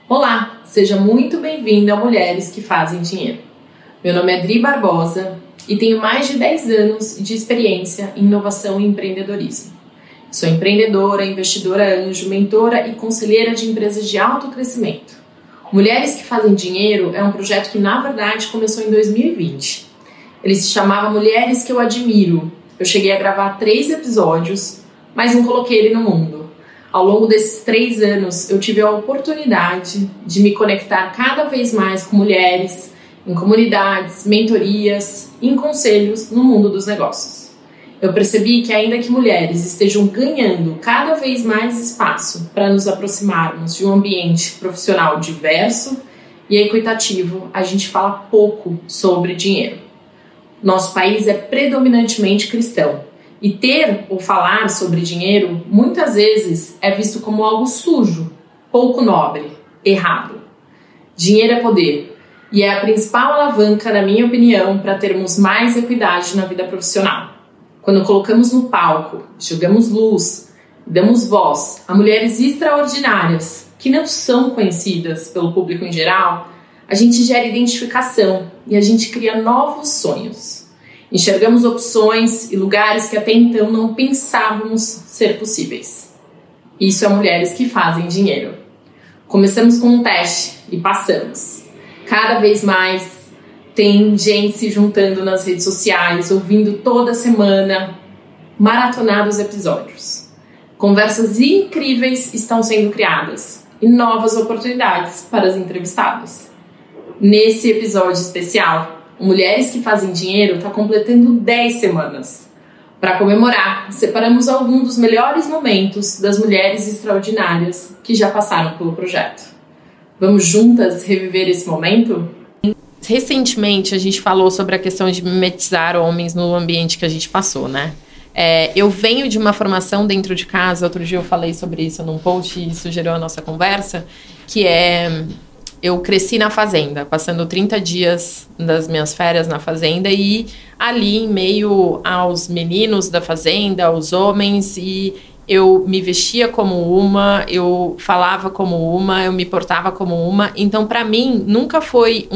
Olá, seja muito bem-vindo a Mulheres que Fazem Dinheiro. Meu nome é Dri Barbosa e tenho mais de 10 anos de experiência em inovação e empreendedorismo. Sou empreendedora, investidora anjo, mentora e conselheira de empresas de alto crescimento. Mulheres que Fazem Dinheiro é um projeto que, na verdade, começou em 2020. Ele se chamava Mulheres que Eu Admiro. Eu cheguei a gravar 3 episódios, mas não coloquei ele no mundo. Ao longo desses 3 anos, eu tive a oportunidade de me conectar cada vez mais com mulheres, em comunidades, mentorias e em conselhos no mundo dos negócios. Eu percebi que ainda que mulheres estejam ganhando cada vez mais espaço para nos aproximarmos de um ambiente profissional diverso e equitativo, a gente fala pouco sobre dinheiro. Nosso país é predominantemente cristão. E ter ou falar sobre dinheiro, muitas vezes, é visto como algo sujo, pouco nobre, errado. Dinheiro é poder, e é a principal alavanca, na minha opinião, para termos mais equidade na vida profissional. Quando colocamos no palco, jogamos luz, damos voz a mulheres extraordinárias, que não são conhecidas pelo público em geral, a gente gera identificação e a gente cria novos sonhos. Enxergamos opções e lugares que até então não pensávamos ser possíveis. Isso é Mulheres que Fazem Dinheiro. Começamos com um teste e passamos. Cada vez mais tem gente se juntando nas redes sociais, ouvindo toda semana, maratonar os episódios. Conversas incríveis estão sendo criadas e novas oportunidades para as entrevistadas. Nesse episódio especial, Mulheres que Fazem Dinheiro está completando 10 semanas. Para comemorar, separamos alguns dos melhores momentos das mulheres extraordinárias que já passaram pelo projeto. Vamos juntas reviver esse momento? Recentemente a gente falou sobre a questão de mimetizar homens no ambiente que a gente passou, né? Eu venho de uma formação dentro de casa, outro dia eu falei sobre isso num post e isso gerou a nossa conversa, que eu cresci na fazenda, passando 30 dias das minhas férias na fazenda e ali em meio aos meninos da fazenda, aos homens, e eu me vestia como uma, eu falava como uma, eu me portava como uma. Então, para mim, nunca foi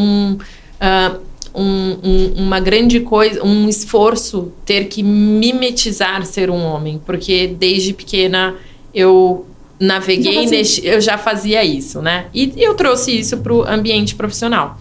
uma grande coisa, um esforço ter que mimetizar ser um homem, porque desde pequena eu naveguei, eu já fazia isso, né? E eu trouxe isso para o ambiente profissional.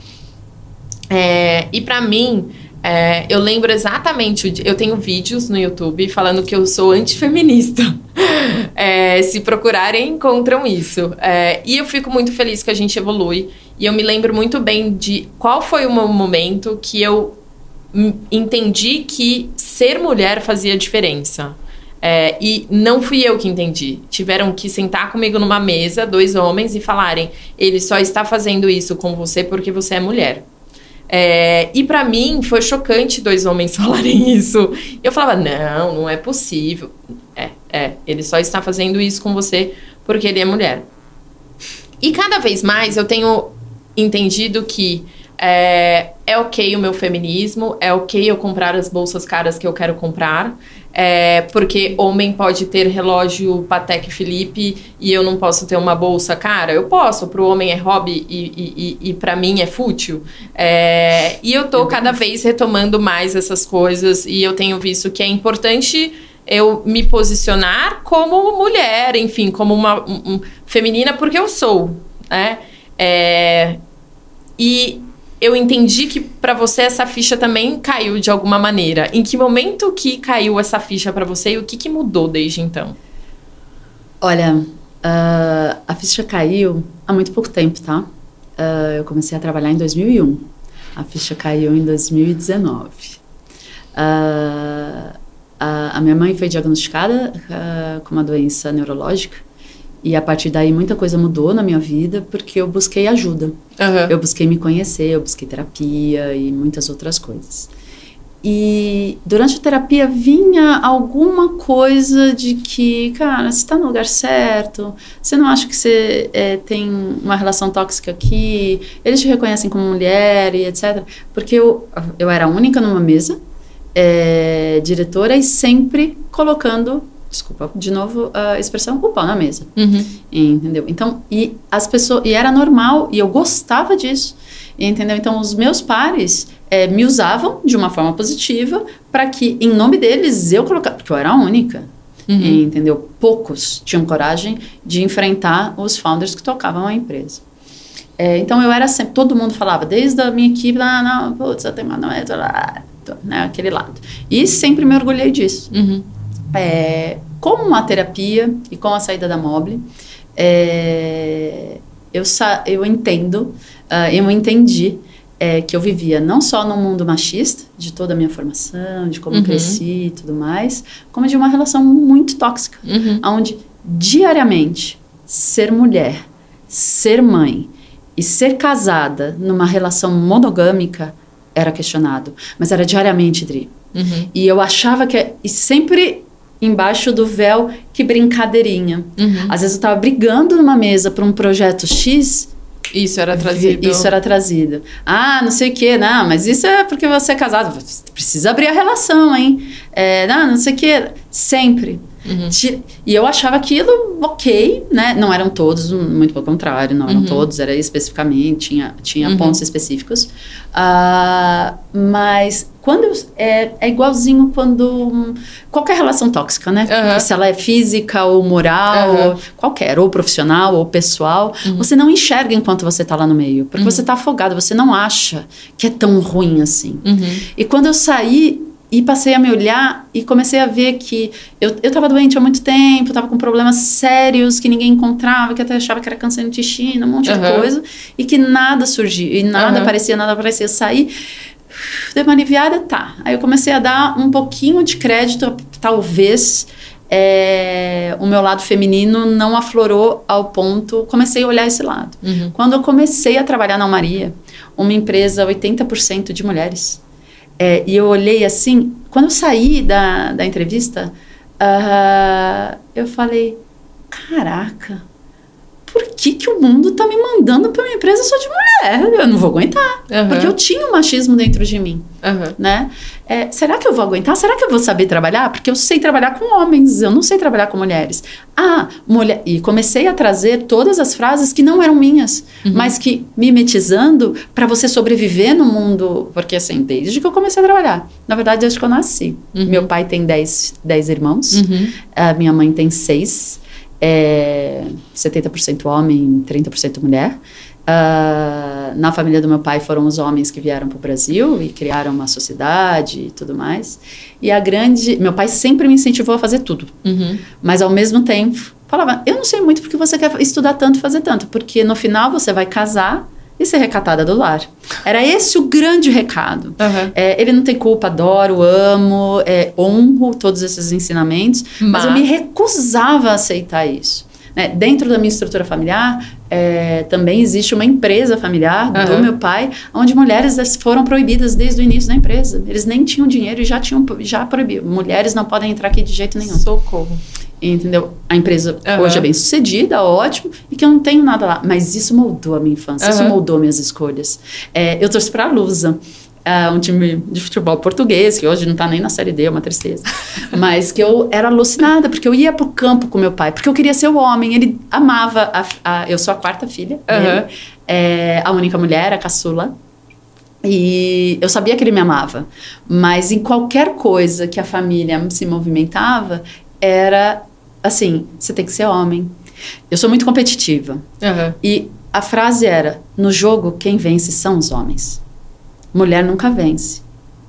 E para mim, eu lembro exatamente, eu tenho vídeos no YouTube falando que eu sou antifeminista. Se procurarem, encontram isso. E eu fico muito feliz que a gente evolui. E eu me lembro muito bem de qual foi o meu momento que eu entendi que ser mulher fazia diferença. E não fui eu que entendi. Tiveram que sentar comigo numa mesa, 2 homens, e falarem: ele só está fazendo isso com você porque você é mulher. E pra mim foi chocante 2 homens falarem isso. Eu falava: não é possível. Ele só está fazendo isso com você porque ele é mulher. E cada vez mais eu tenho entendido que é ok o meu feminismo, é ok eu comprar as bolsas caras que eu quero comprar, porque homem pode ter relógio Patek Philippe e eu não posso ter uma bolsa cara. Eu posso, pro homem é hobby e pra mim é fútil. E eu tô cada vez retomando mais essas coisas e eu tenho visto que é importante eu me posicionar como mulher, enfim, como uma feminina, porque eu sou, né? E eu entendi que para você essa ficha também caiu de alguma maneira. Em que momento que caiu essa ficha para você e o que mudou desde então? Olha, a ficha caiu há muito pouco tempo, tá? Eu comecei a trabalhar em 2001. A ficha caiu em 2019. A minha mãe foi diagnosticada com uma doença neurológica. E a partir daí muita coisa mudou na minha vida porque eu busquei ajuda. Uhum. Eu busquei me conhecer, eu busquei terapia e muitas outras coisas. E durante a terapia vinha alguma coisa de que, cara, você está no lugar certo, você não acha que você tem uma relação tóxica aqui, eles te reconhecem como mulher e etc. Porque eu era a única numa mesa, diretora, e sempre colocando desculpa, de novo a expressão, o pau na mesa. Entendeu? Então, e as pessoas, e era normal, e eu gostava disso. Entendeu? Então, os meus pares me usavam de uma forma positiva para que, em nome deles, eu colocasse, porque eu era a única. Entendeu? Poucos tinham coragem de enfrentar os founders que tocavam a empresa. Então, eu era sempre, todo mundo falava, desde a minha equipe, putz, eu tenho uma né, aquele lado. E sempre me orgulhei disso. Com a terapia e com a saída da Mobile, eu entendi que eu vivia não só num mundo machista, de toda a minha formação, de como eu cresci e tudo mais, como de uma relação muito tóxica, onde diariamente ser mulher, ser mãe e ser casada numa relação monogâmica era questionado, mas era diariamente, Dri. E eu achava que... E sempre embaixo do véu, que brincadeirinha. Às vezes eu estava brigando numa mesa por um projeto X... Isso era trazido. Ah, não sei o quê. Não, mas isso é porque você é casado. Você precisa abrir a relação, hein? Não sei o quê. Sempre. E eu achava aquilo ok, né? Não eram todos, muito pelo contrário, não eram todos, era especificamente, tinha pontos específicos. Mas quando é igualzinho quando qualquer relação tóxica, né? Se ela é física ou moral, ou qualquer, ou profissional ou pessoal, você não enxerga enquanto você tá lá no meio, porque você tá afogado, você não acha que é tão ruim assim. E quando eu saí e passei a me olhar e comecei a ver que eu estava doente há muito tempo, estava com problemas sérios que ninguém encontrava, que até achava que era câncer no intestino, um monte de coisa, e que nada surgia, e nada aparecia. Eu saí, dei uma aliviada, tá. Aí eu comecei a dar um pouquinho de crédito, talvez o meu lado feminino não aflorou ao ponto, comecei a olhar esse lado. Quando eu comecei a trabalhar na Maria, uma empresa 80% de mulheres, e eu olhei assim, quando eu saí da entrevista, eu falei, caraca, por que o mundo tá me mandando para uma empresa só de mulher? Eu não vou aguentar, porque eu tinha um machismo dentro de mim, né? Será que eu vou aguentar? Será que eu vou saber trabalhar? Porque eu sei trabalhar com homens, eu não sei trabalhar com mulheres. Mulher... E comecei a trazer todas as frases que não eram minhas, mas que mimetizando para você sobreviver no mundo, porque assim, desde que eu comecei a trabalhar, na verdade, desde que eu nasci. Meu pai tem 10 irmãos, minha mãe tem 6, 70% homem, 30% mulher. Na família do meu pai foram os homens que vieram para o Brasil e criaram uma sociedade e tudo mais. E meu pai sempre me incentivou a fazer tudo, mas ao mesmo tempo falava, eu não sei muito porque você quer estudar tanto e fazer tanto, porque no final você vai casar e ser recatada do lar. Era esse o grande recado. Ele não tem culpa, adoro, amo, honro todos esses ensinamentos, mas eu me recusava a aceitar isso. Dentro da minha estrutura familiar, também existe uma empresa familiar do meu pai, onde mulheres foram proibidas desde o início da empresa. Eles nem tinham dinheiro e já proibiram. Mulheres não podem entrar aqui de jeito nenhum. Socorro. Entendeu? A empresa hoje é bem sucedida, ótimo, e que eu não tenho nada lá. Mas isso moldou a minha infância, isso moldou minhas escolhas. Eu torço para a Lusa, um time de futebol português, que hoje não tá nem na Série D, é uma tristeza. Mas que eu era alucinada, porque eu ia pro campo com meu pai, porque eu queria ser o homem. Ele amava, eu sou a 4ª filha dele, a única mulher, a caçula. E eu sabia que ele me amava. Mas em qualquer coisa que a família se movimentava, era assim, você tem que ser homem. Eu sou muito competitiva. E a frase era, no jogo, quem vence são os homens. Mulher nunca vence.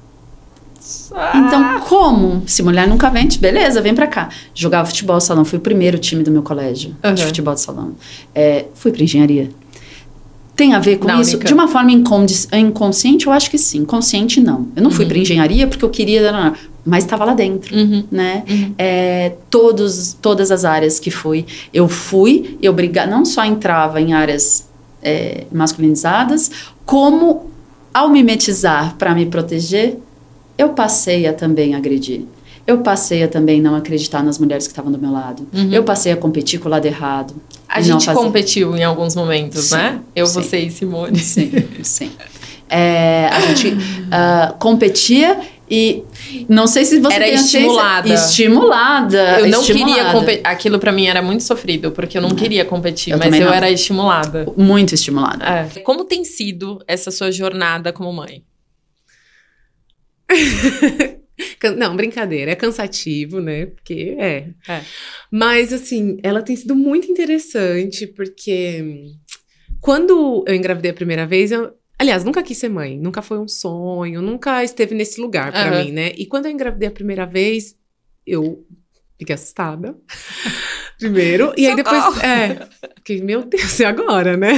Então, como? Se mulher nunca vence, beleza, vem pra cá. Jogava futebol de salão, fui o primeiro time do meu colégio de futebol de salão. Fui pra engenharia. Tem a ver com isso? De uma forma inconsciente, eu acho que sim. Consciente, não. Eu não fui pra engenharia porque eu queria... Mas estava lá dentro, né? Todas as áreas que fui. Eu não só entrava em áreas masculinizadas, como... Ao mimetizar para me proteger, eu passei a também agredir. Eu passei a também não acreditar nas mulheres que estavam do meu lado. Eu passei a competir com o lado errado. A gente competiu em alguns momentos, né? Você e Simone. Sim. A gente competia E não sei se você era tem estimulada. Estimulada. Eu não queria competir. Aquilo pra mim era muito sofrido, porque eu não queria competir, mas eu era estimulada. Muito estimulada. Como tem sido essa sua jornada como mãe? Não, brincadeira, é cansativo, né? Porque Mas, assim, ela tem sido muito interessante, porque quando eu engravidei a primeira vez, aliás, nunca quis ser mãe, nunca foi um sonho, nunca esteve nesse lugar pra mim, né? E quando eu engravidei a primeira vez, eu fiquei assustada, primeiro, e aí depois, fiquei, meu Deus, e agora, né?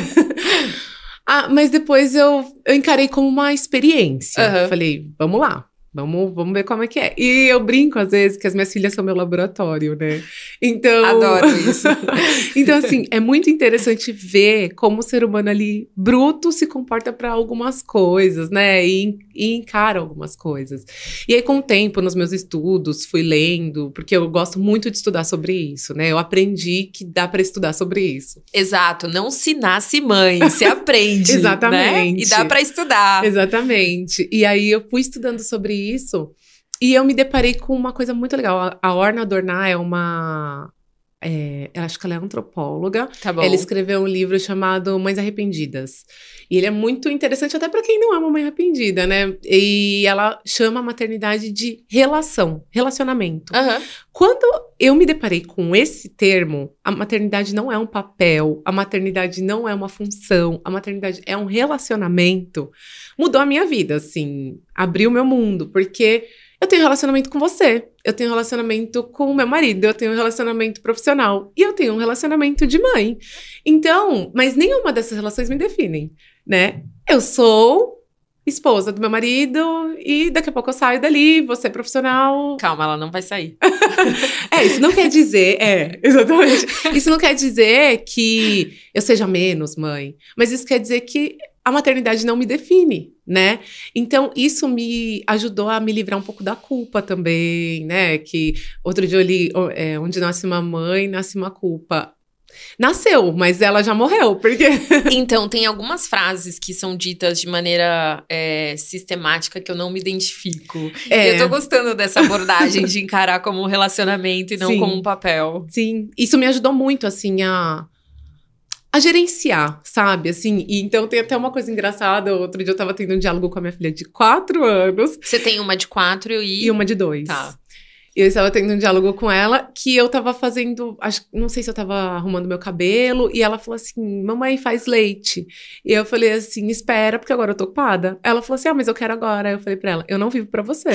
Mas depois eu encarei como uma experiência, falei, vamos lá. Vamos ver como é que é. E eu brinco, às vezes, que as minhas filhas são meu laboratório, né? Então... Adoro isso. Então, assim, é muito interessante ver como o ser humano ali, bruto, se comporta para algumas coisas, né? E encara algumas coisas. E aí, com o tempo, nos meus estudos, fui lendo, porque eu gosto muito de estudar sobre isso, né? Eu aprendi que dá para estudar sobre isso. Exato. Não se nasce mãe, se aprende. Exatamente. Né? E dá para estudar. Exatamente. E aí, eu fui estudando sobre isso, e eu me deparei com uma coisa muito legal. A Orna Dornar é uma... eu acho que ela é antropóloga. Tá bom. Ela escreveu um livro chamado Mães Arrependidas. E ele é muito interessante até para quem não é uma mãe arrependida, né? E ela chama a maternidade de relacionamento. Quando eu me deparei com esse termo, a maternidade não é um papel, a maternidade não é uma função, a maternidade é um relacionamento, mudou a minha vida, assim, abriu o meu mundo, porque eu tenho relacionamento com você, eu tenho relacionamento com o meu marido, eu tenho um relacionamento profissional e eu tenho um relacionamento de mãe. Então, mas nenhuma dessas relações me definem, né? Eu sou esposa do meu marido e daqui a pouco eu saio dali, vou ser profissional. Calma, ela não vai sair. Isso não quer dizer, exatamente. Isso não quer dizer que eu seja menos mãe, mas isso quer dizer que a maternidade não me define, né? Então, isso me ajudou a me livrar um pouco da culpa também, né? Que outro dia eu li, onde nasce uma mãe, nasce uma culpa. Nasceu, mas ela já morreu, porque... Então, tem algumas frases que são ditas de maneira sistemática que eu não me identifico. E eu tô gostando dessa abordagem de encarar como um relacionamento e não como um papel. Sim, isso me ajudou muito, assim, a gerenciar, sabe? Assim, e então tem até uma coisa engraçada. Outro dia eu tava tendo um diálogo com a minha filha de 4 anos. Você tem uma de 4 e uma de 2. Tá. Eu estava tendo um diálogo com ela, que eu tava fazendo, não sei se eu tava arrumando meu cabelo, e ela falou assim, mamãe, faz leite. E eu falei assim, espera, porque agora eu tô ocupada. Ela falou assim, mas eu quero agora. Aí eu falei pra ela, eu não vivo pra você.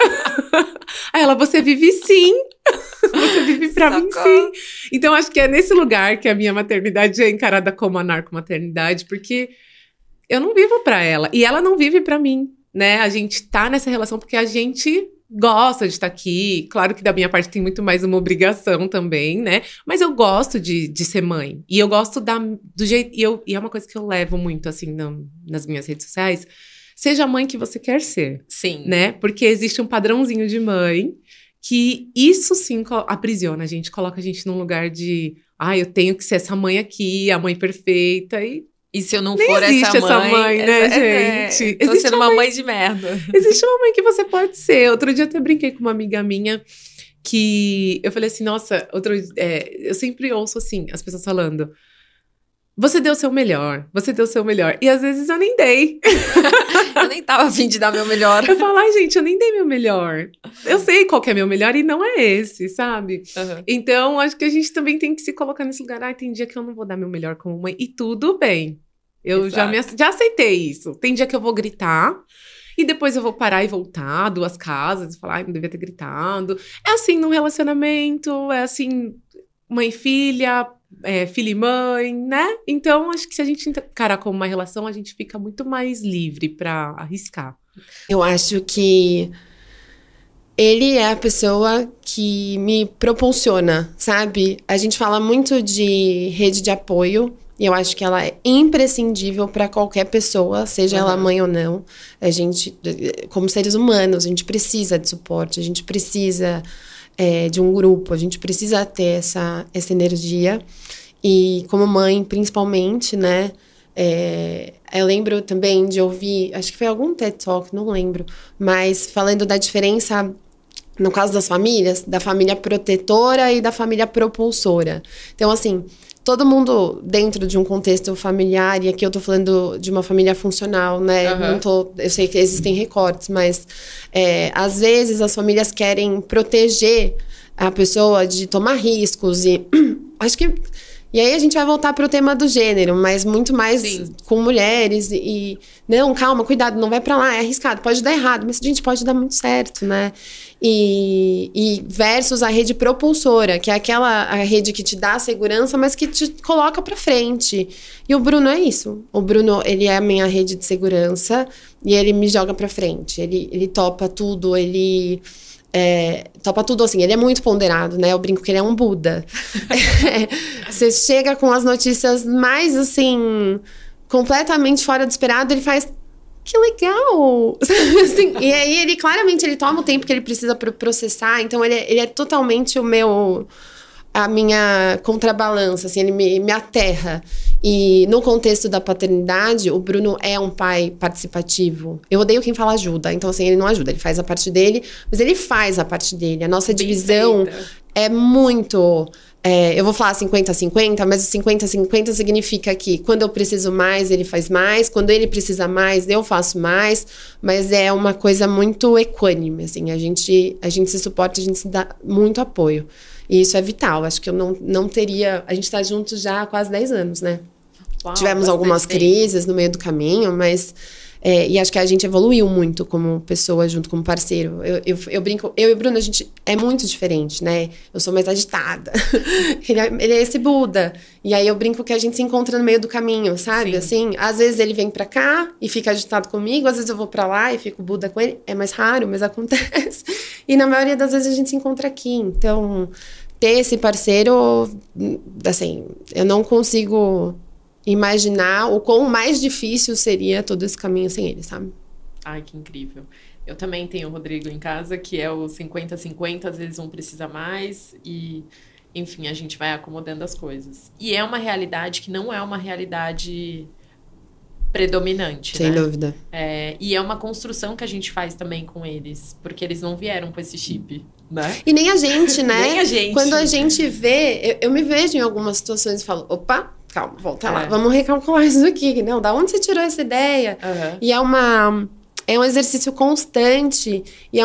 Aí ela, você vive sim. Você vive pra mim sim. Então, acho que é nesse lugar que a minha maternidade é encarada como a narcomaternidade, porque eu não vivo pra ela, e ela não vive pra mim, né? A gente tá nessa relação porque a gente gosta de estar aqui. Claro que da minha parte tem muito mais uma obrigação também, né? Mas eu gosto de ser mãe. E eu gosto do jeito... E é uma coisa que eu levo muito, assim, nas minhas redes sociais. Seja a mãe que você quer ser. Sim. Né? Porque existe um padrãozinho de mãe que isso sim aprisiona a gente. Coloca a gente num lugar de... eu tenho que ser essa mãe aqui, a mãe perfeita. E se eu não for essa mãe, né, gente? Tô sendo uma mãe de merda. Existe uma mãe que você pode ser. Outro dia eu até brinquei com uma amiga minha que eu falei assim, nossa, eu sempre ouço assim, as pessoas falando, você deu o seu melhor, você deu o seu melhor. E às vezes eu nem dei. Eu nem tava a fim de dar meu melhor. Eu falo, gente, eu nem dei meu melhor. Eu sei qual que é meu melhor e não é esse, sabe? Então, acho que a gente também tem que se colocar nesse lugar. Tem dia que eu não vou dar meu melhor como mãe. E tudo bem. Eu já aceitei isso. Tem dia que eu vou gritar. E depois eu vou parar e voltar 2 casas. E falar, não devia ter gritado. É assim num relacionamento. É assim, mãe e filha... filho e mãe, né? Então, acho que se a gente encarar como uma relação, a gente fica muito mais livre pra arriscar. Eu acho que ele é a pessoa que me propulsiona, sabe? A gente fala muito de rede de apoio, e eu acho que ela é imprescindível para qualquer pessoa, seja ela mãe ou não. A gente, como seres humanos, a gente precisa de suporte, a gente precisa... de um grupo, a gente precisa ter essa energia, e como mãe, principalmente, né, Eu lembro também de ouvir, acho que foi algum TED Talk, não lembro, mas falando da diferença, no caso das famílias, da família protetora e da família propulsora. Então, assim, todo mundo dentro de um contexto familiar, e aqui eu tô falando de uma família funcional, né? Eu sei que existem recortes, mas às vezes as famílias querem proteger a pessoa de tomar riscos e acho que... E aí a gente vai voltar para o tema do gênero, mas muito mais com mulheres e... Não, calma, cuidado, não vai para lá, é arriscado, pode dar errado, mas, gente, pode dar muito certo, né? E versus a rede propulsora, que é a rede que te dá segurança, mas que te coloca para frente. E o Bruno é isso. O Bruno, ele é a minha rede de segurança e ele me joga para frente. Ele topa tudo, ele... topa tudo assim, ele é muito ponderado, né? Eu brinco que ele é um Buda. Você chega com as notícias mais assim, completamente fora do esperado, ele faz, que legal! Assim, e aí ele claramente ele toma o tempo que ele precisa para processar, então ele é totalmente a minha contrabalança, assim, ele me aterra. E no contexto da paternidade, o Bruno é um pai participativo. Eu odeio quem fala ajuda, então assim, ele não ajuda, ele faz a parte dele, mas ele faz a parte dele. A nossa divisão é muito... eu vou falar 50-50, mas o 50-50 significa que quando eu preciso mais, ele faz mais, quando ele precisa mais, eu faço mais, mas é uma coisa muito equânime, assim, a gente se suporta, a gente se dá muito apoio. E isso é vital, acho que eu não teria... A gente tá juntos já há quase 10 anos, né? Uau, tivemos algumas crises no meio do caminho, mas... e acho que a gente evoluiu muito como pessoa junto, como parceiro. Eu brinco... Eu e o Bruno, a gente é muito diferente, né? Eu sou mais agitada. Ele é esse Buda. E aí eu brinco que a gente se encontra no meio do caminho, sabe? Sim. Assim, às vezes ele vem pra cá e fica agitado comigo, às vezes eu vou pra lá e fico Buda com ele. É mais raro, mas acontece. E na maioria das vezes a gente se encontra aqui. Então, ter esse parceiro, assim, eu não consigo imaginar o quão mais difícil seria todo esse caminho sem ele, sabe? Ai, que incrível. Eu também tenho o Rodrigo em casa, que é o 50-50, às vezes um precisa mais e, enfim, a gente vai acomodando as coisas. E é uma realidade que não é uma realidade predominante, sem né? dúvida. E é uma construção que a gente faz também com eles, porque eem não vieram com esse chip, né? E nem a gente, né? Nem a gente. Quando a gente vê, eu me vejo em algumas situações e falo, opa, calma, volta lá, vamos recalcular isso aqui. Não, da onde você tirou essa ideia? E é um exercício constante,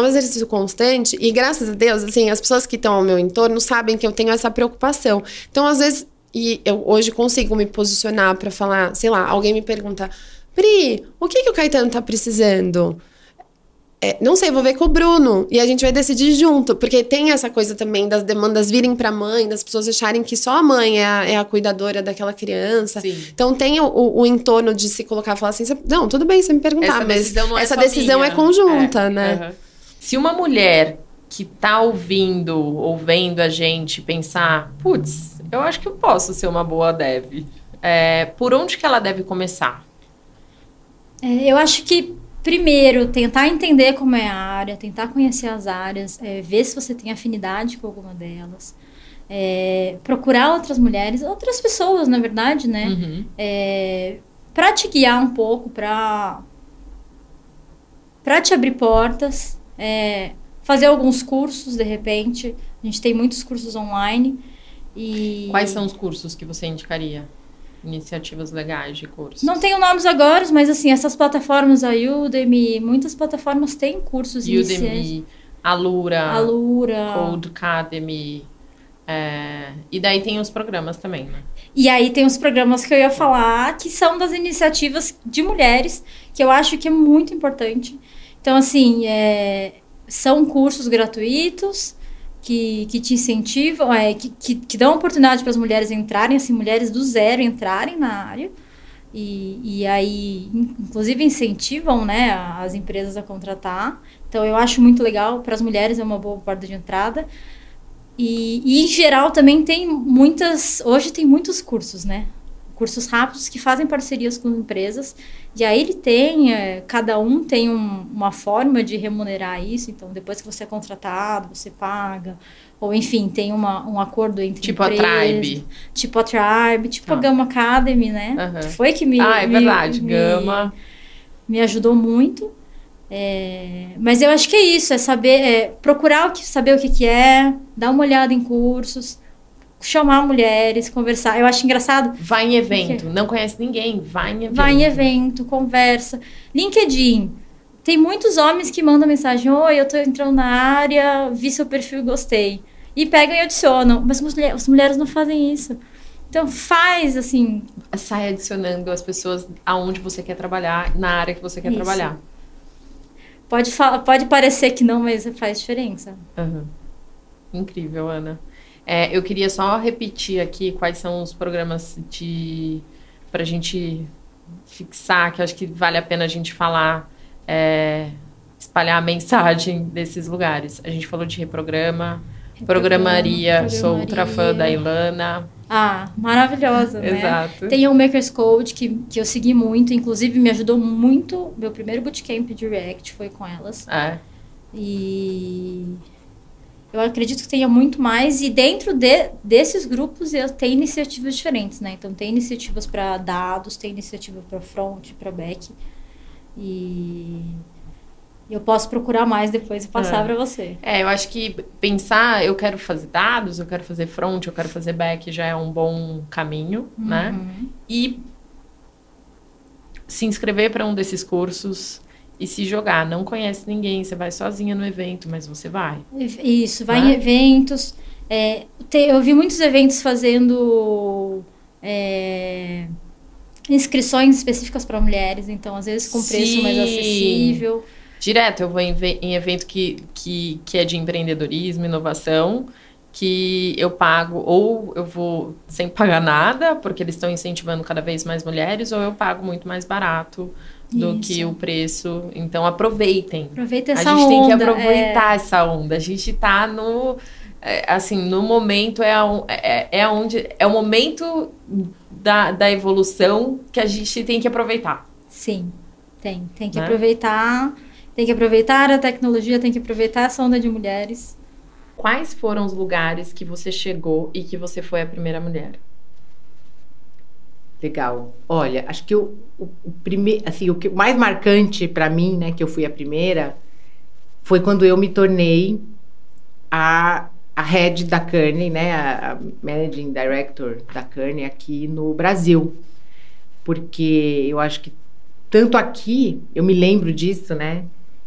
e graças a Deus, assim, as pessoas que estão ao meu entorno sabem que eu tenho essa preocupação. Então, às vezes, e eu hoje consigo me posicionar pra falar, sei lá, alguém me pergunta, Pri, o que o Caetano tá precisando? Não sei, vou ver com o Bruno. E a gente vai decidir junto. Porque tem essa coisa também das demandas virem pra mãe, das pessoas acharem que só a mãe é a cuidadora daquela criança. Sim. Então tem o entorno de se colocar e falar assim, não, tudo bem você me perguntar, mas essa decisão é conjunta, né? Se uma mulher que tá ouvindo ou vendo a gente pensar, putz, eu acho que eu posso ser uma boa dev. Por onde que ela deve começar? Eu acho que primeiro, tentar entender como é a área, tentar conhecer as áreas, ver se você tem afinidade com alguma delas, procurar outras mulheres, outras pessoas, na verdade, né? Uhum. Para te guiar um pouco, para te abrir portas, fazer alguns cursos, de repente. A gente tem muitos cursos online. Quais são os cursos que você indicaria? Iniciativas legais de cursos. Não tenho nomes agora, mas assim, essas plataformas, a Udemy, muitas plataformas têm cursos iniciais. Udemy, Alura, Codecademy, e daí tem os programas também, né? E aí tem os programas que eu ia falar, que são das iniciativas de mulheres, que eu acho que é muito importante. Então, assim, são cursos gratuitos, que te incentivam, que dão oportunidade para as mulheres entrarem, assim, mulheres do zero entrarem na área, e aí, inclusive, incentivam, né, as empresas a contratar. Então, eu acho muito legal, para as mulheres é uma boa porta de entrada. E em geral, também tem hoje tem muitos cursos, né? cursos rápidos que fazem parcerias com empresas. E aí ele tem, cada um tem uma forma de remunerar isso. Então, depois que você é contratado, você paga. Ou, enfim, tem um acordo entre tipo empresas. A Tribe. Tipo a Tribe, tipo a Gama Academy, né? Que foi que me... é verdade, Gama. Me ajudou muito. Mas eu acho que é isso, é saber, saber o que é, dar uma olhada em cursos, chamar mulheres, conversar. Eu acho engraçado. Vai em evento, não conhece ninguém, vai em evento. Vai em evento, conversa. LinkedIn. Tem muitos homens que mandam mensagem: oi, eu tô entrando na área, vi seu perfil e gostei. E pegam e adicionam. Mas as mulheres não fazem isso. Então faz, assim... Sai adicionando as pessoas aonde você quer trabalhar, na área que você quer trabalhar. Pode parecer que não, mas faz diferença. Incrível, Ana. Eu queria só repetir aqui quais são os programas pra gente fixar, que eu acho que vale a pena a gente falar, espalhar a mensagem desses lugares. A gente falou de Programaria, sou ultra fã da Ilana. Maravilhosa, né? Exato. Tem o Makers Code, que eu segui muito, inclusive me ajudou muito. Meu primeiro bootcamp de React foi com elas. E eu acredito que tenha muito mais. E dentro desses grupos tem iniciativas diferentes, né? Então tem iniciativas para dados, tem iniciativa para front, para back. E eu posso procurar mais depois e passar para você. Eu acho que pensar, eu quero fazer dados, eu quero fazer front, eu quero fazer back, já é um bom caminho, né? E se inscrever para um desses cursos e se jogar. Não conhece ninguém, você vai sozinha no evento, mas você vai. Isso, vai em eventos. Eu vi muitos eventos fazendo inscrições específicas para mulheres, então às vezes com preço mais acessível. Direto, eu vou em evento que é de empreendedorismo, inovação, que eu pago, ou eu vou sem pagar nada, porque eles estão incentivando cada vez mais mulheres, ou eu pago muito mais barato do que o preço. Então, aproveitem. Aproveita essa onda. A gente tem que aproveitar essa onda. A gente está no... no momento, onde é o momento da evolução que a gente tem que aproveitar. Sim, tem que aproveitar... Tem que aproveitar a tecnologia, tem que aproveitar essa onda de mulheres. Quais foram os lugares que você chegou e que você foi a primeira mulher? Legal. Olha, acho que o que mais marcante para mim, né, que eu fui a primeira, foi quando eu me tornei a head da Kearney, né, a Managing Director da Kearney aqui no Brasil. Porque eu acho que tanto aqui, eu me lembro disso, né,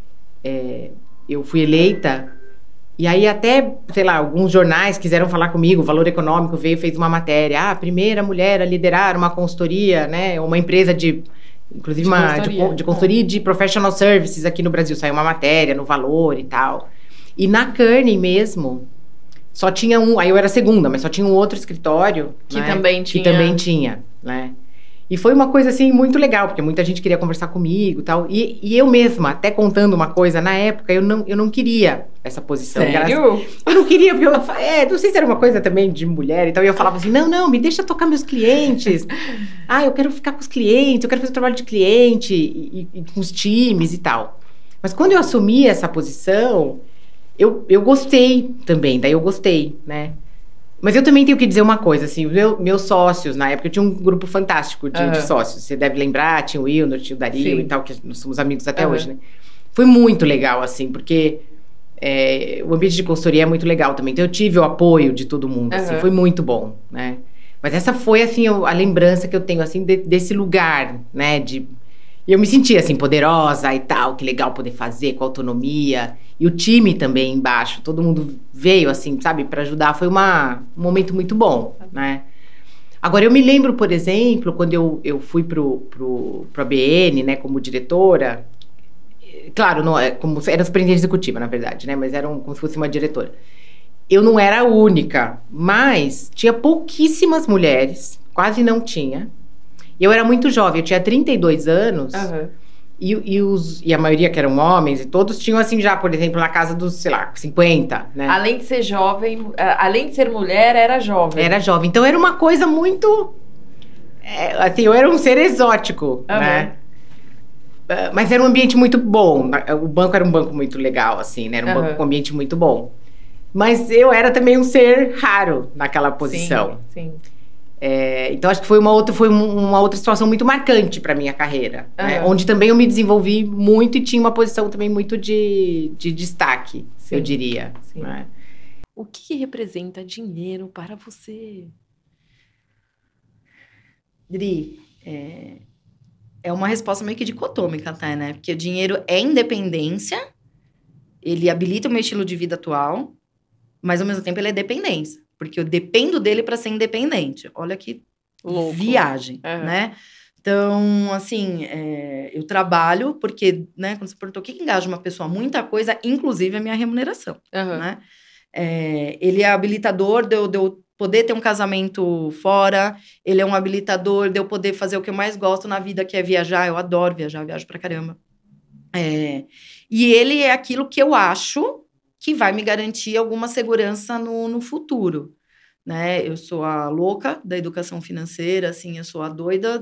eu fui eleita, e aí até, sei lá, alguns jornais quiseram falar comigo, o Valor Econômico fez uma matéria, a primeira mulher a liderar uma consultoria, né, uma empresa inclusive de consultoria de professional services aqui no Brasil, saiu uma matéria no Valor e tal. E na Kearney mesmo, só tinha aí eu era a segunda, mas só tinha um outro escritório, que também tinha, né. E foi uma coisa, assim, muito legal, porque muita gente queria conversar comigo e tal. E eu mesma, até contando uma coisa, na época, eu não queria essa posição. Sério? Eu não queria, porque não sei se era uma coisa também de mulher e tal. E eu falava assim, não, me deixa tocar meus clientes. Eu quero ficar com os clientes, eu quero fazer trabalho de cliente e com os times e tal. Mas quando eu assumi essa posição, eu gostei também, daí eu gostei, né? Mas eu também tenho que dizer uma coisa, assim, meus sócios, na época, eu tinha um grupo fantástico de sócios. Você deve lembrar, tinha o Wilner, tinha o Dario e tal, que nós somos amigos até hoje, né? Foi muito legal, assim, porque o ambiente de consultoria é muito legal também. Então, eu tive o apoio de todo mundo, assim, foi muito bom, né? Mas essa foi, assim, a lembrança que eu tenho, assim, desse lugar, né? E eu me sentia, assim, poderosa e tal, que legal poder fazer, com autonomia. E o time também embaixo, todo mundo veio, assim, sabe, para ajudar. Foi um momento muito bom, né? Agora, eu me lembro, por exemplo, quando eu fui pro ABN, né, como diretora. Claro, não, era superintendente executiva, na verdade, né? Mas era como se fosse uma diretora. Eu não era a única, mas tinha pouquíssimas mulheres, quase não tinha. E eu era muito jovem, eu tinha 32 anos. E a maioria que eram homens, e todos tinham, assim, já, por exemplo, na casa dos, sei lá, 50, né? Além de ser jovem, além de ser mulher, era jovem. Era jovem. Então, era uma coisa muito... assim, eu era um ser exótico, né? Mas era um ambiente muito bom. O banco era um banco muito legal, assim, né? Era um banco com um ambiente muito bom. Mas eu era também um ser raro naquela posição. Sim. Então, acho que foi uma outra situação muito marcante para minha carreira. Né? Onde também eu me desenvolvi muito e tinha uma posição também muito de destaque, eu diria. Sim. Né? O que representa dinheiro para você? Dri, é uma resposta meio que dicotômica até, né? Porque o dinheiro é independência, ele habilita o meu estilo de vida atual, mas ao mesmo tempo ele é dependência. Porque eu dependo dele para ser independente. Olha que louco. Viagem, né? Então, assim, eu trabalho porque, né? Quando você perguntou o que engaja uma pessoa, muita coisa, inclusive a minha remuneração, né? Ele é habilitador de eu poder ter um casamento fora, ele é um habilitador de eu poder fazer o que eu mais gosto na vida, que é viajar. Eu adoro viajar, eu viajo pra caramba. E ele é aquilo que eu acho que vai me garantir alguma segurança no futuro, né? Eu sou a louca da educação financeira, assim, eu sou a doida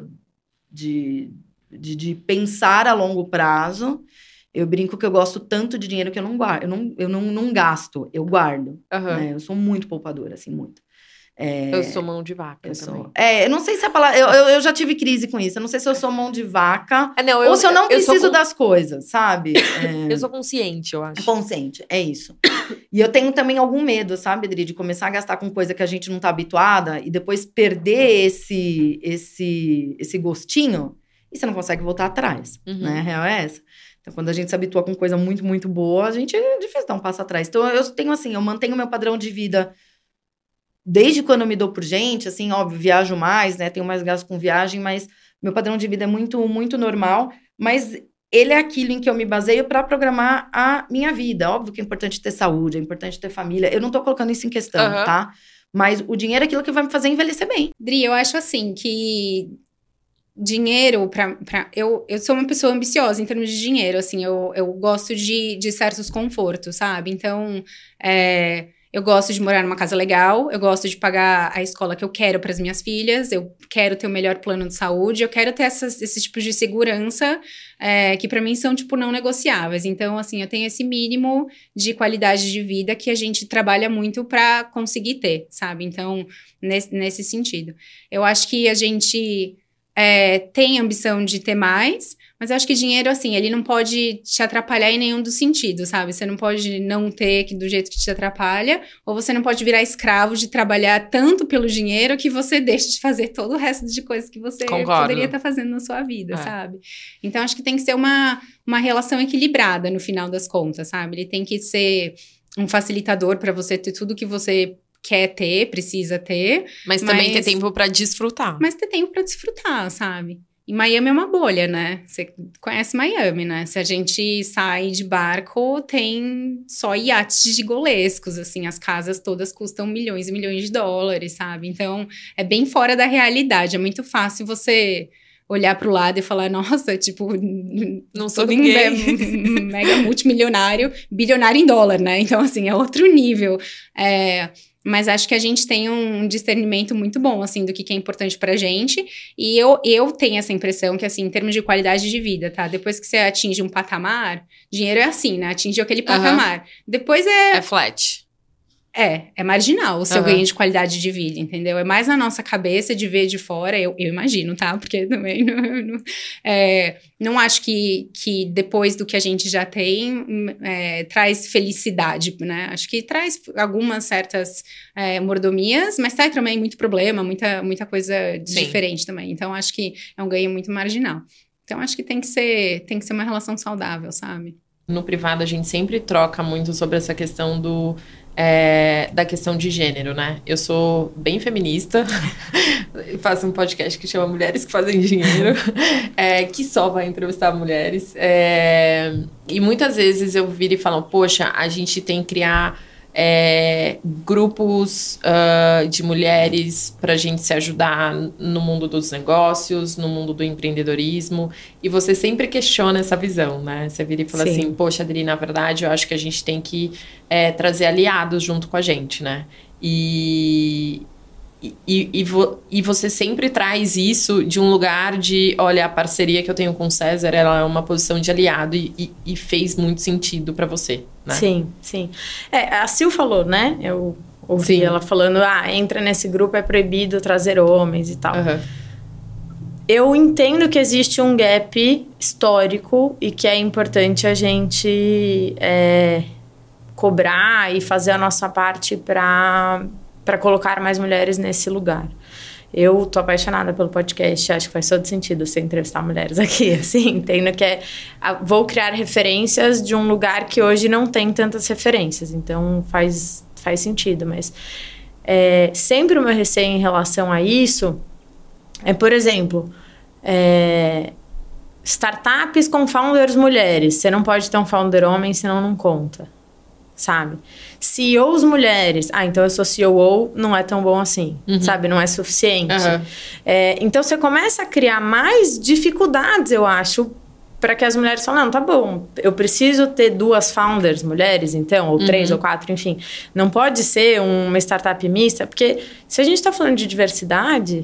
de pensar a longo prazo. Eu brinco que eu gosto tanto de dinheiro que eu não guardo, eu não gasto, eu guardo. Né? Eu sou muito poupadora, assim, muito. Eu sou mão de vaca também. Eu não sei se a palavra... Eu já tive crise com isso. Eu não sei se eu sou mão de vaca ou se eu não preciso das coisas, sabe? Eu sou consciente, eu acho. Consciente, é isso. E eu tenho também algum medo, sabe, Adri, de começar a gastar com coisa que a gente não tá habituada e depois perder esse gostinho e você não consegue voltar atrás, né? A real é essa. Então, quando a gente se habitua com coisa muito, muito boa, a gente é difícil dar um passo atrás. Então, eu mantenho meu padrão de vida desde quando eu me dou por gente, assim, óbvio, viajo mais, né? Tenho mais gasto com viagem, mas meu padrão de vida é muito, muito normal. Mas ele é aquilo em que eu me baseio para programar a minha vida. Óbvio que é importante ter saúde, é importante ter família. Eu não tô colocando isso em questão, tá? Mas o dinheiro é aquilo que vai me fazer envelhecer bem. Dri, eu acho assim que dinheiro, eu sou uma pessoa ambiciosa em termos de dinheiro, assim, eu gosto de certos confortos, sabe? Então, eu gosto de morar numa casa legal, eu gosto de pagar a escola que eu quero para as minhas filhas, eu quero ter o melhor plano de saúde, eu quero ter esses tipos de segurança que para mim são, tipo, não negociáveis. Então, assim, eu tenho esse mínimo de qualidade de vida que a gente trabalha muito para conseguir ter, sabe? Então, nesse sentido. Eu acho que a gente tem ambição de ter mais, mas eu acho que dinheiro, assim, ele não pode te atrapalhar em nenhum dos sentidos, sabe? Você não pode não ter do jeito que te atrapalha, ou você não pode virar escravo de trabalhar tanto pelo dinheiro que você deixa de fazer todo o resto de coisas que você poderia estar fazendo na sua vida, sabe? Então, acho que tem que ser uma relação equilibrada no final das contas, sabe? Ele tem que ser um facilitador para você ter tudo que você quer ter, precisa ter. Mas também ter tempo pra desfrutar. Mas ter tempo pra desfrutar, sabe? E Miami é uma bolha, né? Você conhece Miami, né? Se a gente sai de barco, tem só iates gigolescos, assim. As casas todas custam milhões e milhões de dólares, sabe? Então, é bem fora da realidade. É muito fácil você olhar pro lado e falar, nossa, tipo... Não sou ninguém. Mega multimilionário, bilionário em dólar, né? Então, assim, é outro nível. Mas acho que a gente tem um discernimento muito bom, assim, do que é importante pra gente. E eu tenho essa impressão que, assim, em termos de qualidade de vida, tá? Depois que você atinge um patamar, dinheiro é assim, né? Atingiu aquele patamar. Depois é flat. É marginal o seu ganho de qualidade de vida, entendeu? É mais na nossa cabeça de ver de fora, eu imagino, tá? Porque também não acho que depois do que a gente já tem, traz felicidade, né? Acho que traz algumas certas mordomias, mas traz também muito problema, muita coisa diferente também. Então, acho que é um ganho muito marginal. Então, acho que tem que ser uma relação saudável, sabe? No privado, a gente sempre troca muito sobre essa questão da questão de gênero, né? Eu sou bem feminista, faço um podcast que chama Mulheres que Fazem Dinheiro, que só vai entrevistar mulheres. E muitas vezes eu viro e falo, poxa, a gente tem que criar grupos de mulheres pra gente se ajudar no mundo dos negócios, no mundo do empreendedorismo, e você sempre questiona essa visão, né? Você vira e fala assim, poxa, Adri, na verdade eu acho que a gente tem que trazer aliados junto com a gente, né? E E você sempre traz isso de um lugar de, olha, a parceria que eu tenho com o César, ela é uma posição de aliado e fez muito sentido pra você, né? Sim. A Sil falou, né? Eu ouvi ela falando, entra nesse grupo, é proibido trazer homens e tal. Uhum. Eu entendo que existe um gap histórico e que é importante a gente cobrar e fazer a nossa parte para colocar mais mulheres nesse lugar. Eu tô apaixonada pelo podcast, acho que faz todo sentido você entrevistar mulheres aqui, assim, entendo que vou criar referências de um lugar que hoje não tem tantas referências, então faz sentido, mas sempre o meu receio em relação a isso por exemplo, startups com founders mulheres, você não pode ter um founder homem, senão não conta, sabe? CEOs mulheres, então eu sou CEO, não é tão bom assim, sabe? Não é suficiente. Então você começa a criar mais dificuldades, eu acho, para que as mulheres falem, não, tá bom, eu preciso ter 2 founders mulheres, então, ou 3 ou 4, enfim. Não pode ser uma startup mista, porque se a gente tá falando de diversidade,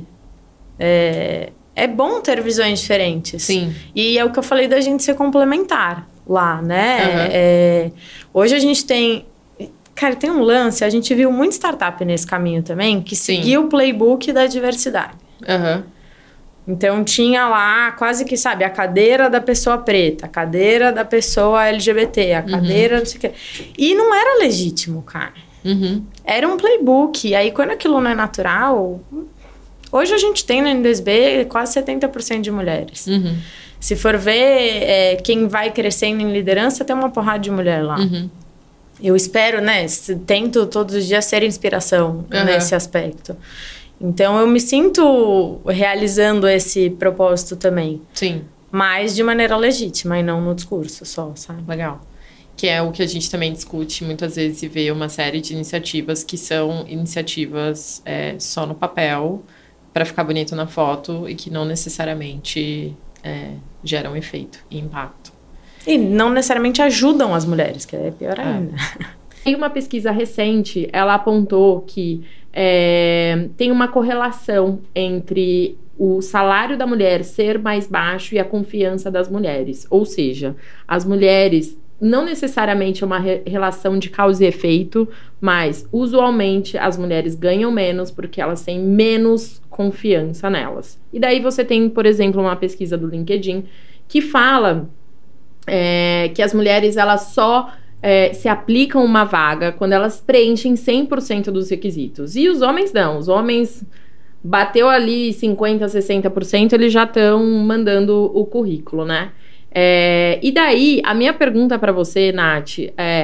é bom ter visões diferentes. Sim. E é o que eu falei da gente ser complementar lá, né? Hoje a gente tem... Cara, tem um lance, a gente viu muita startup nesse caminho também, que seguiu o playbook da diversidade. Então, tinha lá quase que, sabe, a cadeira da pessoa preta, a cadeira da pessoa LGBT, a cadeira não sei o quê. E não era legítimo, cara. Era um playbook. E aí, quando aquilo não é natural... Hoje a gente tem na N2B quase 70% de mulheres. Se for ver quem vai crescendo em liderança, tem uma porrada de mulher lá. Eu espero, né? Tento todos os dias ser inspiração nesse aspecto. Então, eu me sinto realizando esse propósito também. Sim. Mas de maneira legítima e não no discurso só, sabe? Legal. Que é o que a gente também discute muitas vezes e vê uma série de iniciativas que são iniciativas só no papel, para ficar bonito na foto e que não necessariamente geram efeito e impacto. E não necessariamente ajudam as mulheres, que é pior ainda. Em uma pesquisa recente, ela apontou que tem uma correlação entre o salário da mulher ser mais baixo e a confiança das mulheres. Ou seja, as mulheres... Não necessariamente é uma relação de causa e efeito, mas usualmente as mulheres ganham menos porque elas têm menos confiança nelas. E daí você tem, por exemplo, uma pesquisa do LinkedIn que fala que as mulheres elas só se aplicam uma vaga quando elas preenchem 100% dos requisitos. E os homens não. Os homens bateu ali 50%, 60%, eles já estão mandando o currículo, né? E daí, a minha pergunta para você, Nath,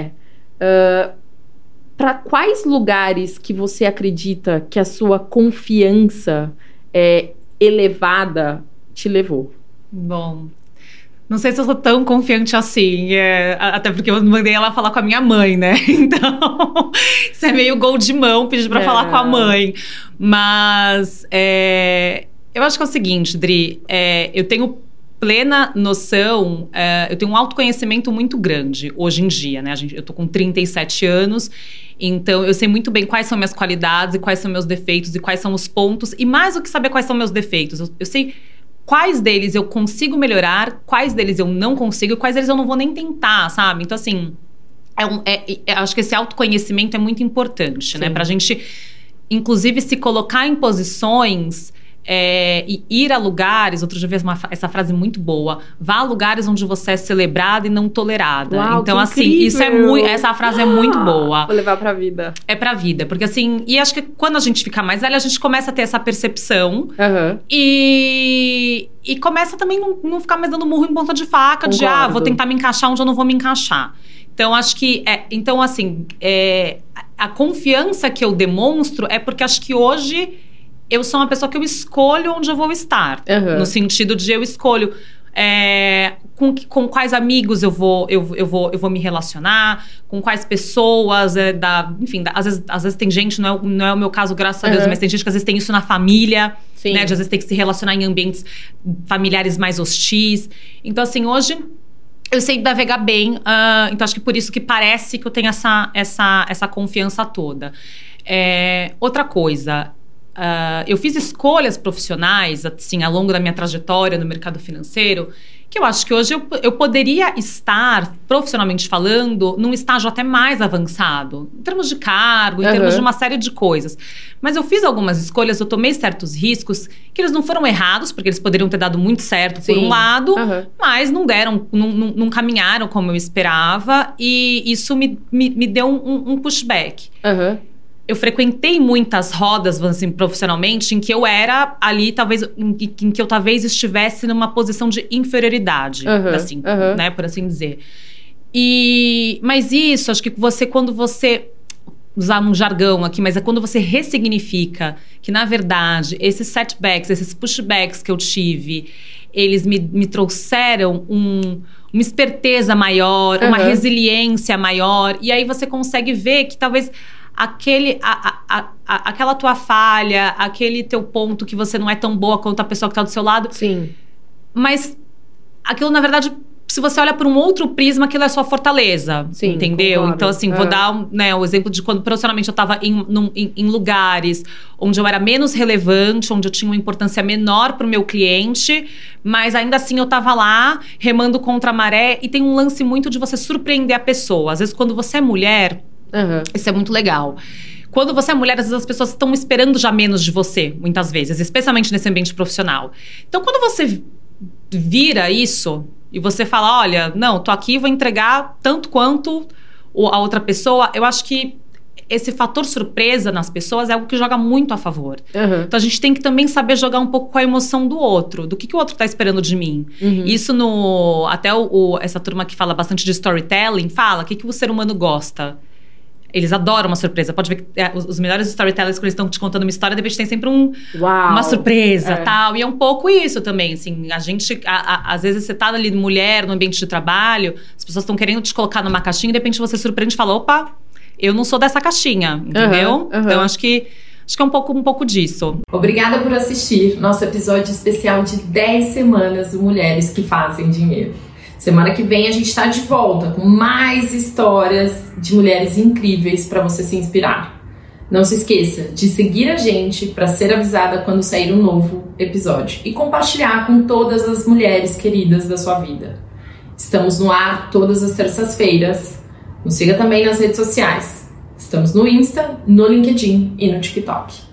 para quais lugares que você acredita que a sua confiança elevada te levou? Bom, não sei se eu sou tão confiante assim, até porque eu mandei ela falar com a minha mãe, né? Então, isso é meio gol de mão, pedir pra falar com a mãe. Mas, eu acho que é o seguinte, Dri, eu tenho plena noção, eu tenho um autoconhecimento muito grande hoje em dia, né? Eu tô com 37 anos, então eu sei muito bem quais são minhas qualidades e quais são meus defeitos e quais são os pontos, e mais do que saber quais são meus defeitos, eu sei quais deles eu consigo melhorar, quais deles eu não consigo e quais deles eu não vou nem tentar, sabe? Então, assim, acho que esse autoconhecimento é muito importante, né? Pra gente, inclusive, se colocar em posições... e ir a lugares, outro dia eu vi essa frase muito boa, vá a lugares onde você é celebrada e não tolerada. Uau, então, assim, essa frase é muito boa. Vou levar pra vida. É pra vida, porque assim, e acho que quando a gente fica mais velha, a gente começa a ter essa percepção e começa também não ficar mais dando murro em ponta de faca. Concordo. Vou tentar me encaixar onde eu não vou me encaixar. Então, acho que, então assim, a confiança que eu demonstro é porque acho que hoje eu sou uma pessoa que eu escolho onde eu vou estar. No sentido de eu escolho com quais amigos eu vou me relacionar, com quais pessoas, enfim, às vezes tem gente, não é o meu caso, graças a Deus, mas tem gente que às vezes tem isso na família, né? De às vezes tem que se relacionar em ambientes familiares mais hostis. Então, assim, hoje eu sei navegar bem, então acho que por isso que parece que eu tenho essa confiança toda. Outra coisa... eu fiz escolhas profissionais, assim, ao longo da minha trajetória no mercado financeiro, que eu acho que hoje eu poderia estar, profissionalmente falando, num estágio até mais avançado, em termos de cargo, em termos de uma série de coisas. Mas eu fiz algumas escolhas, eu tomei certos riscos, que eles não foram errados, porque eles poderiam ter dado muito certo por um lado, mas não deram, não caminharam como eu esperava, e isso me deu um pushback. Eu frequentei muitas rodas, assim, profissionalmente, em que eu era ali, talvez, em que eu talvez estivesse numa posição de inferioridade, assim, né, por assim dizer. Mas isso, acho que quando você, usar um jargão aqui, mas é quando você ressignifica que, na verdade, esses setbacks, esses pushbacks que eu tive, eles me trouxeram uma esperteza maior, uma resiliência maior, e aí você consegue ver que talvez aquela tua falha, aquele teu ponto que você não é tão boa quanto a pessoa que está do seu lado. Sim. Mas aquilo, na verdade, se você olha por um outro prisma, aquilo é sua fortaleza. Sim, entendeu? Concordo. Então, assim, vou dar o exemplo de quando profissionalmente eu estava em lugares onde eu era menos relevante, onde eu tinha uma importância menor para o meu cliente, mas ainda assim eu estava lá remando contra a maré. E tem um lance muito de você surpreender a pessoa. Às vezes, quando você é mulher, isso é muito legal. Quando você é mulher, às vezes as pessoas estão esperando já menos de você, muitas vezes, especialmente nesse ambiente profissional. Então, quando você vira isso e você fala, olha, não, tô aqui, vou entregar tanto quanto a outra pessoa, eu acho que esse fator surpresa nas pessoas é algo que joga muito a favor. Então, a gente tem que também saber jogar um pouco com a emoção do outro, do que o outro tá esperando de mim. Isso até essa turma que fala bastante de storytelling, fala, o que o ser humano gosta? Eles adoram uma surpresa. Pode ver que os melhores storytellers, quando eles estão te contando uma história, de repente tem sempre uma surpresa, tal. E é um pouco isso também, assim. A gente, às vezes, você tá ali, mulher, no ambiente de trabalho, as pessoas estão querendo te colocar numa caixinha, e de repente você surpreende e fala, opa, eu não sou dessa caixinha, entendeu? Então, acho que é um pouco disso. Obrigada por assistir nosso episódio especial de 10 semanas de Mulheres que Fazem Dinheiro. Semana que vem a gente está de volta com mais histórias de mulheres incríveis para você se inspirar. Não se esqueça de seguir a gente para ser avisada quando sair um novo episódio e compartilhar com todas as mulheres queridas da sua vida. Estamos no ar todas as terças-feiras. Nos siga também nas redes sociais. Estamos no Insta, no LinkedIn e no TikTok.